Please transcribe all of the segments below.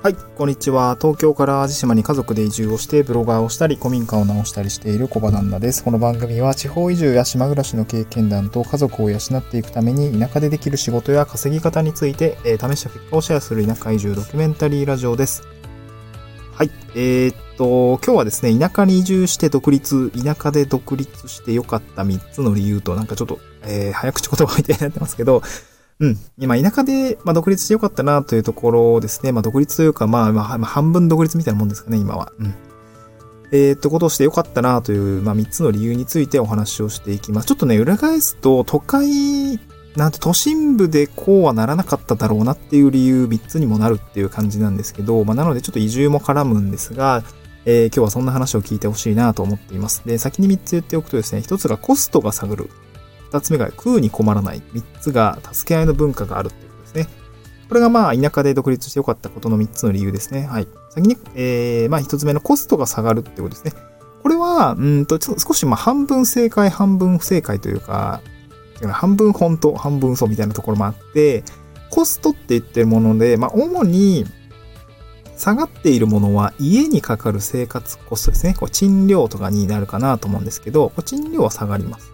はい、こんにちは。東京から淡路島に家族で移住をしてブロガーをしたり古民家を直したりしている小場旦那です。この番組は地方移住や島暮らしの経験談と家族を養っていくために田舎でできる仕事や稼ぎ方について、試した結果をシェアする田舎移住ドキュメンタリーラジオです。はい、今日はですね、田舎に移住して田舎で独立して良かった3つの理由と、なんかちょっと、早口言葉みたいになってますけど、今、田舎で、独立してよかったなというところですね。独立というか、半分独立みたいなもんですかね、今は。ことをしてよかったなという、3つの理由についてお話をしていきます。ちょっとね、裏返すと、都心部でこうはならなかっただろうなっていう理由3つにもなるっていう感じなんですけど、なのでちょっと移住も絡むんですが、今日はそんな話を聞いてほしいなと思っています。で、先に3つ言っておくとですね、1つがコストが下がる。2つ目が食うに困らない。3つが助け合いの文化があるっていうことですね。これが田舎で独立してよかったことの3つの理由ですね。はい。先に、1つ目のコストが下がるってことですね。これは、少し半分正解、半分不正解というか、半分本当、半分嘘みたいなところもあって、コストって言ってるもので、主に下がっているものは家にかかる生活コストですね。賃料とかになるかなと思うんですけど、賃料は下がります。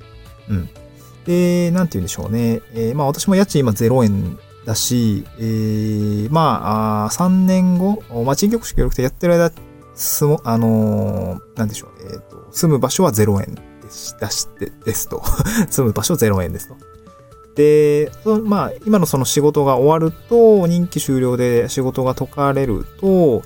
で、なんて言うんでしょうね。私も家賃今0円だし、3年後、地域局協力隊やってる間、なんでしょう。住む場所は0円ですと。住む場所0円ですと。で、今のその仕事が終わると、任期終了で仕事が解かれると、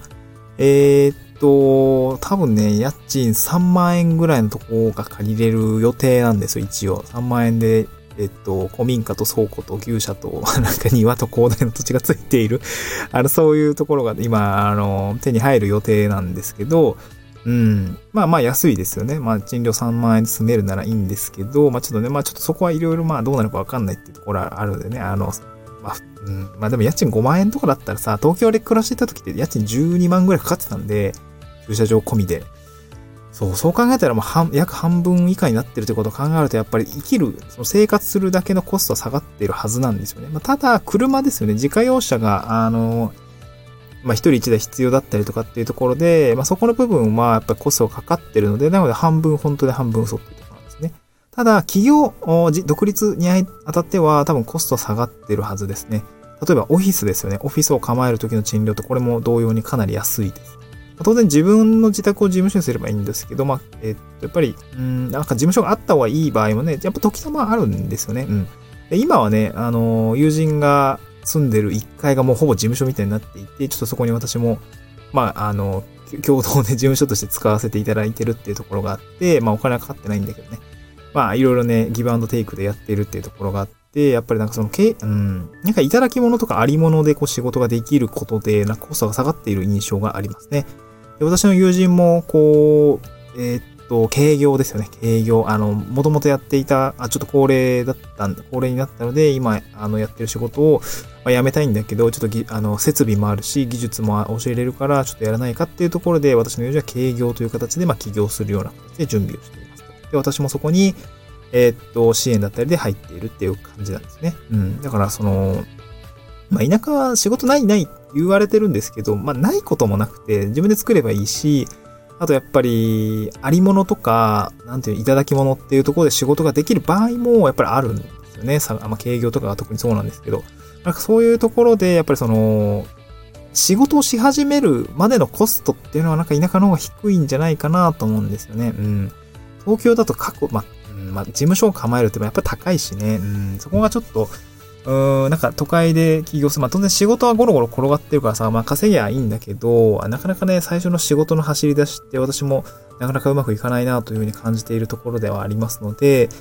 多分ね、家賃3万円ぐらいのとこが借りれる予定なんですよ、一応。3万円で、古民家と倉庫と牛舎と、庭と広大な土地がついている、そういうところが今、手に入る予定なんですけど、安いですよね。賃料3万円で住めるならいいんですけど、ちょっとそこはいろいろどうなるかわかんないっていうところあるのでね、でも家賃5万円とかだったらさ、東京で暮らしてた時って家賃12万ぐらいかかってたんで、駐車場込みで。そう考えたら約半分以下になってるってことを考えると、やっぱり生活するだけのコストは下がっているはずなんですよね。ただ、車ですよね。自家用車が、一人一台必要だったりとかっていうところで、そこの部分はやっぱりコストがかかってるので、なので半分本当で半分嘘っていうところなんですね。ただ、独立にあたっては多分コストは下がってるはずですね。例えばオフィスですよね。オフィスを構える時の賃料とこれも同様にかなり安いです。当然自分の自宅を事務所にすればいいんですけど、やっぱり、なんか事務所があった方がいい場合もね、やっぱ時たまあるんですよね。で今はね、友人が住んでる1階がもうほぼ事務所みたいになっていて、ちょっとそこに私も、共同で事務所として使わせていただいてるっていうところがあって、お金はかかってないんだけどね。いろいろね、ギブアンドテイクでやってるっていうところがあって、やっぱりなんかなんかいただき物とかあり物で仕事ができることで、コストが下がっている印象がありますね。で私の友人も、軽業ですよね。軽業。もともとやっていた、ちょっと高齢になったので、今、やってる仕事を、辞めたいんだけど、ちょっと設備もあるし、技術も教えれるから、ちょっとやらないかっていうところで、私の友人は軽業という形で、起業するような形で準備をしていますと。で、私もそこに、支援だったりで入っているっていう感じなんですね。だから、田舎は仕事ない言われてるんですけど、ないこともなくて、自分で作ればいいし、あとやっぱり、ありものとか、いただき物っていうところで仕事ができる場合もやっぱりあるんですよね。軽業とかは特にそうなんですけど、なんかそういうところで、やっぱり仕事をし始めるまでのコストっていうのはなんか田舎の方が低いんじゃないかなと思うんですよね。東京だと事務所を構えるってやっぱり高いしね。そこがちょっと、なんか都会で起業する。当然仕事はゴロゴロ転がってるからさ、稼ぎはいいんだけど、なかなかね、最初の仕事の走り出しって私もなかなかうまくいかないなというふうに感じているところではありますので、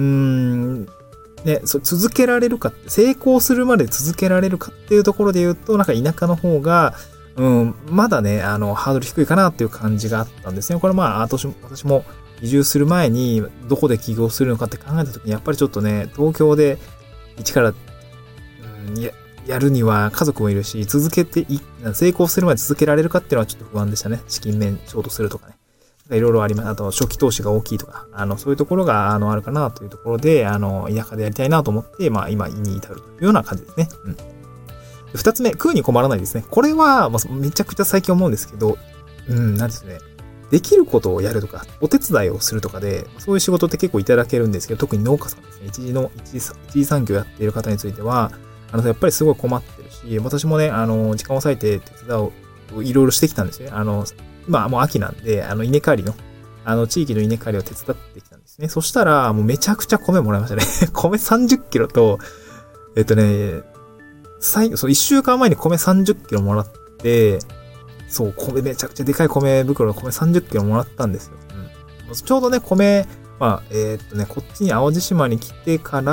続けられるか、成功するまで続けられるかっていうところで言うと、なんか田舎の方が、まだね、ハードル低いかなっていう感じがあったんですね。これ私も移住する前にどこで起業するのかって考えた時に、やっぱりちょっとね、東京で一からやるには家族もいるし、成功するまで続けられるかっていうのはちょっと不安でしたね。資金面ショートするとかね。いろいろあります。あと、初期投資が大きいとか、そういうところが、あるかなというところで、田舎でやりたいなと思って、今に至るというような感じですね。 二つ目、食うに困らないですね。これは、まあ、めちゃくちゃ最近思うんですけど、なんですね。できることをやるとか、お手伝いをするとかで、そういう仕事って結構いただけるんですけど、特に農家さんですね。一次産業やっている方については、やっぱりすごい困ってるし、私もね、時間を割いて手伝う、いろいろしてきたんですね。今もう秋なんで、稲刈りの、地域の稲刈りを手伝ってきたんですね。そしたら、もうめちゃくちゃ米もらいましたね。米30キロと、1週間前に米30キロもらって、そう、米めちゃくちゃでかい米袋の米30キロもらったんですよ。ちょうどね、米、こっちに淡路島に来てから、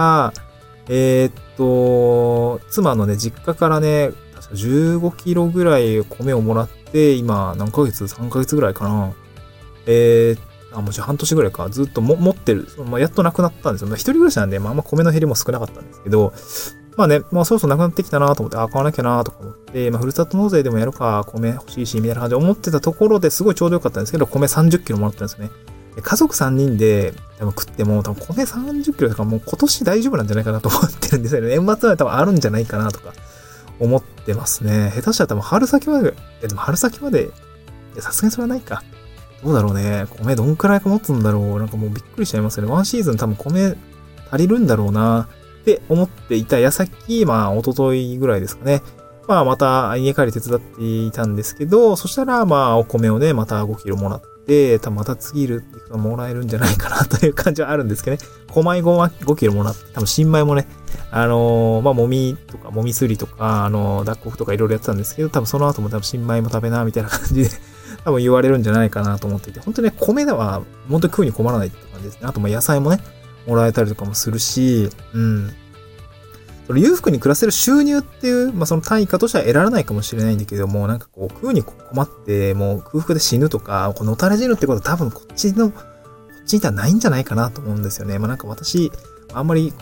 妻のね、実家からね、確か15キロぐらい米をもらって、今、何ヶ月 ?3 ヶ月ぐらいかな。もちろん半年ぐらいか、ずっと持ってる。やっとなくなったんですよ。一人暮らしなんで、あんま米の減りも少なかったんですけど、そろそろなくなってきたなと思って、買わなきゃなとか思って、ふるさと納税でもやるか、米欲しいし、みたいな感じで思ってたところですごいちょうどよかったんですけど、米30キロもらったんですよね。家族3人で多分食っても、多分米30キロとかもう今年大丈夫なんじゃないかなと思ってるんですよね。年末は多分あるんじゃないかなとか思ってますね。下手したら多分春先まで、でも春先まで、さすがにそれはないか。どうだろうね。米どんくらいか持つんだろう。なんかもうびっくりしちゃいますよね。ワンシーズン多分米足りるんだろうなって思っていた矢先、一昨日ぐらいですかね。また稲刈り手伝っていたんですけど、そしたらお米をね、また5キロもらって、多分また次行くともらえるんじゃないかなという感じはあるんですけどね。小米5キロもらって、多分新米もね、もみとか、もみすりとか、脱穀とかいろいろやってたんですけど、多分その後も多分新米も食べな、みたいな感じで、多分言われるんじゃないかなと思っていて、本当にね、米では本当に食うに困らないって感じですね。あと野菜もね、もらえたりとかもするし、裕福に暮らせる収入っていう、その対価としては得られないかもしれないんだけども、なんかこう、食うに困って、もう空腹で死ぬとか、のたれ死ぬってことは多分こっちにはないんじゃないかなと思うんですよね。なんか私、あんまり、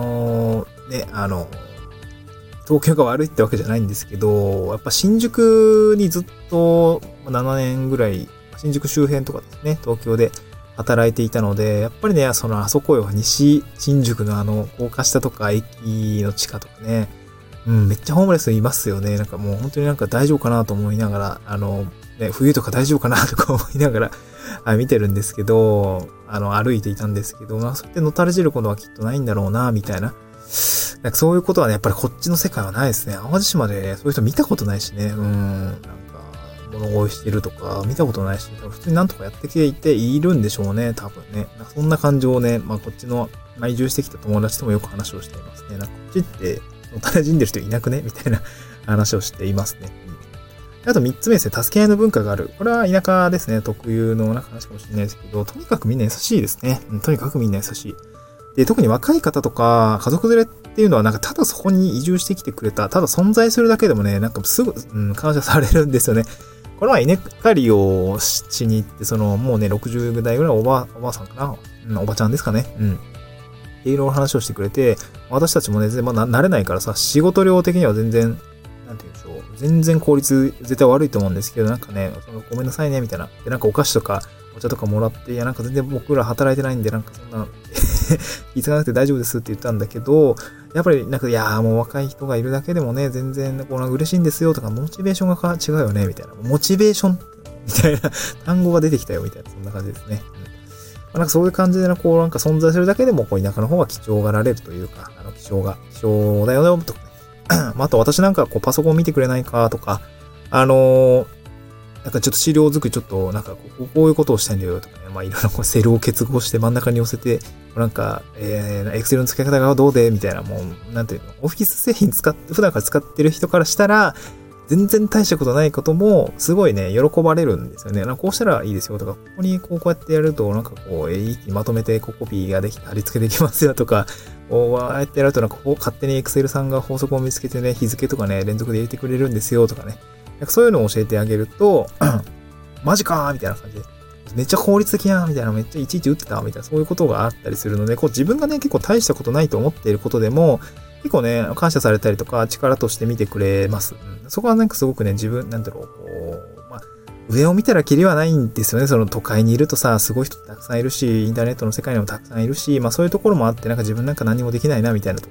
東京が悪いってわけじゃないんですけど、やっぱ新宿にずっと7年ぐらい、新宿周辺とかですね、東京で働いていたので、やっぱりね、あそこよ、西新宿の高架下とか駅の地下とかね、めっちゃホームレスいますよね。なんかもう本当になんか大丈夫かなと思いながら、冬とか大丈夫かなとか思いながら、見てるんですけど、歩いていたんですけど、そうやってのたれ散ることはきっとないんだろうな、みたいな。なんかそういうことはね、やっぱりこっちの世界はないですね。淡路島でそういう人見たことないしね。なんか、物乞いしてるとか見たことないし、普通になんとかやってきていているんでしょうね、多分ね。そんな感情をね、こっちの移住してきた友達ともよく話をしていますね。こっちって、のたれ死んでる人いなくねみたいな話をしていますね。あと3つ目ですね、助け合いの文化がある。これは田舎ですね、特有の話かもしれないですけど、とにかくみんな優しいですね。とにかくみんな優しい。で、特に若い方とか、家族連れっていうのは、なんかただそこに移住してきてくれた、ただ存在するだけでもね、なんかすぐ、感謝されるんですよね。これは稲刈りをしに行って、もうね、60代ぐらいおばあさんかな、おばちゃんですかね。っていう話をしてくれて、私たちもね、全然慣れないからさ、仕事量的には全然、なんて言うんでしょう。全然効率絶対悪いと思うんですけど、なんかね、ごめんなさいね、みたいな。で、なんかお菓子とか、お茶とかもらって、いや、なんか全然僕ら働いてないんで、なんかそんな、気づかなくて大丈夫ですって言ったんだけど、やっぱりなんか、いやーもう若い人がいるだけでもね、全然、嬉しいんですよとか、モチベーションが違うよね、みたいな。モチベーションみたいな単語が出てきたよ、みたいな、そんな感じですね。なんかそういう感じでなんか存在するだけでも、田舎の方は貴重がられるというか、貴重だよね、とかね。あと私なんかパソコン見てくれないかとか、なんかちょっと資料作りちょっとなんかこういうことをしたいんだよとかね、いろいろセルを結合して真ん中に寄せて、なんか、エクセルの付け方がどうでみたいな、もう、なんていうの、オフィス製品普段から使ってる人からしたら、全然大したことないことも、すごいね、喜ばれるんですよね。なんかこうしたらいいですよとか、ここにこうやってやると、なんか一気にまとめてコピーができて貼り付けできますよとか、ああやってやるとなんか勝手にエクセルさんが法則を見つけてね、日付とかね、連続で入れてくれるんですよとかね。なんかそういうのを教えてあげると、マジかーみたいな感じで。めっちゃ効率的やんみたいな、めっちゃいちいち打ってたみたいな、そういうことがあったりするので、自分がね、結構大したことないと思っていることでも、結構ね、感謝されたりとか、力として見てくれます。そこはなんかすごくね、自分、なんだろう、上を見たらキリはないんですよね。その都会にいるとさ、すごい人たくさんいるし、インターネットの世界にもたくさんいるし、そういうところもあって、なんか自分なんか何もできないな、みたいなとか、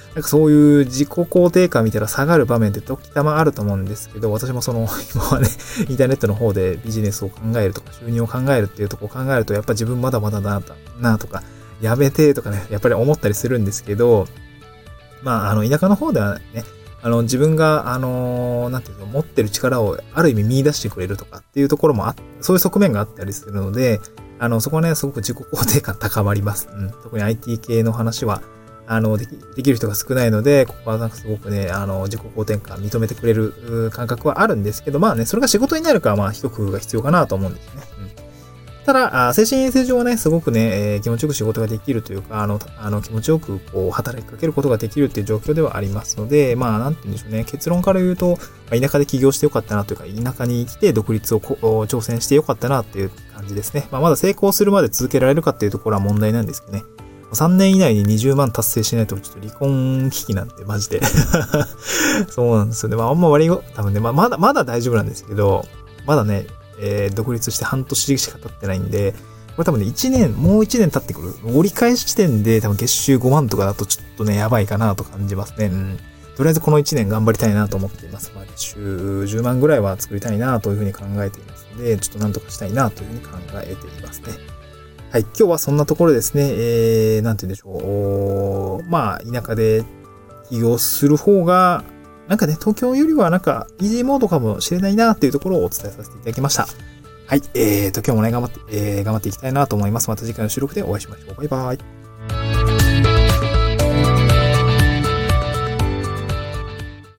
なんかそういう自己肯定感見たら下がる場面って時たまあると思うんですけど、私も今はね、インターネットの方でビジネスを考えるとか収入を考えるっていうところを考えると、やっぱ自分まだまだだなとか、やめてとかね、やっぱり思ったりするんですけど、まあ、田舎の方ではね、自分が、なんていうの、持ってる力をある意味見出してくれるとかっていうところもそういう側面があったりするので、そこはね、すごく自己肯定感高まります。うん。特に IT 系の話は、できる人が少ないので、ここはなんかすごくね、自己肯定感認めてくれる感覚はあるんですけど、まあね、それが仕事になるかはまあ一工夫が必要かなと思うんですね。うん。ただ、精神衛生上はね、すごくね、気持ちよく仕事ができるというか、気持ちよくこう、働きかけることができるっていう状況ではありますので、まあ、なんて言うんでしょうね、結論から言うと、田舎で起業してよかったなというか、田舎に来て独立を挑戦してよかったなっていう感じですね。まあ、まだ成功するまで続けられるかっていうところは問題なんですけどね。3年以内に20万達成しないと、ちょっと離婚危機なんて、マジで。そうなんですよね。まあ、あんま悪いよ。多分ね、まだ大丈夫なんですけど、まだね、独立して半年しか経ってないんで、これ多分ね、もう1年経ってくる。折り返し地点で多分月収5万とかだとちょっとね、やばいかなと感じますね。うん。とりあえずこの1年頑張りたいなと思っています。まあ、月収10万ぐらいは作りたいなというふうに考えていますので、ちょっとなんとかしたいなというふうに考えていますね。はい、今日はそんなところですね。なんて言うんでしょう。まあ、田舎で起業する方が、なんかね、東京よりはなんか、イージーモードかもしれないなっていうところをお伝えさせていただきました。はい、今日もね、頑張っていきたいなと思います。また次回の収録でお会いしましょう。バイバイ。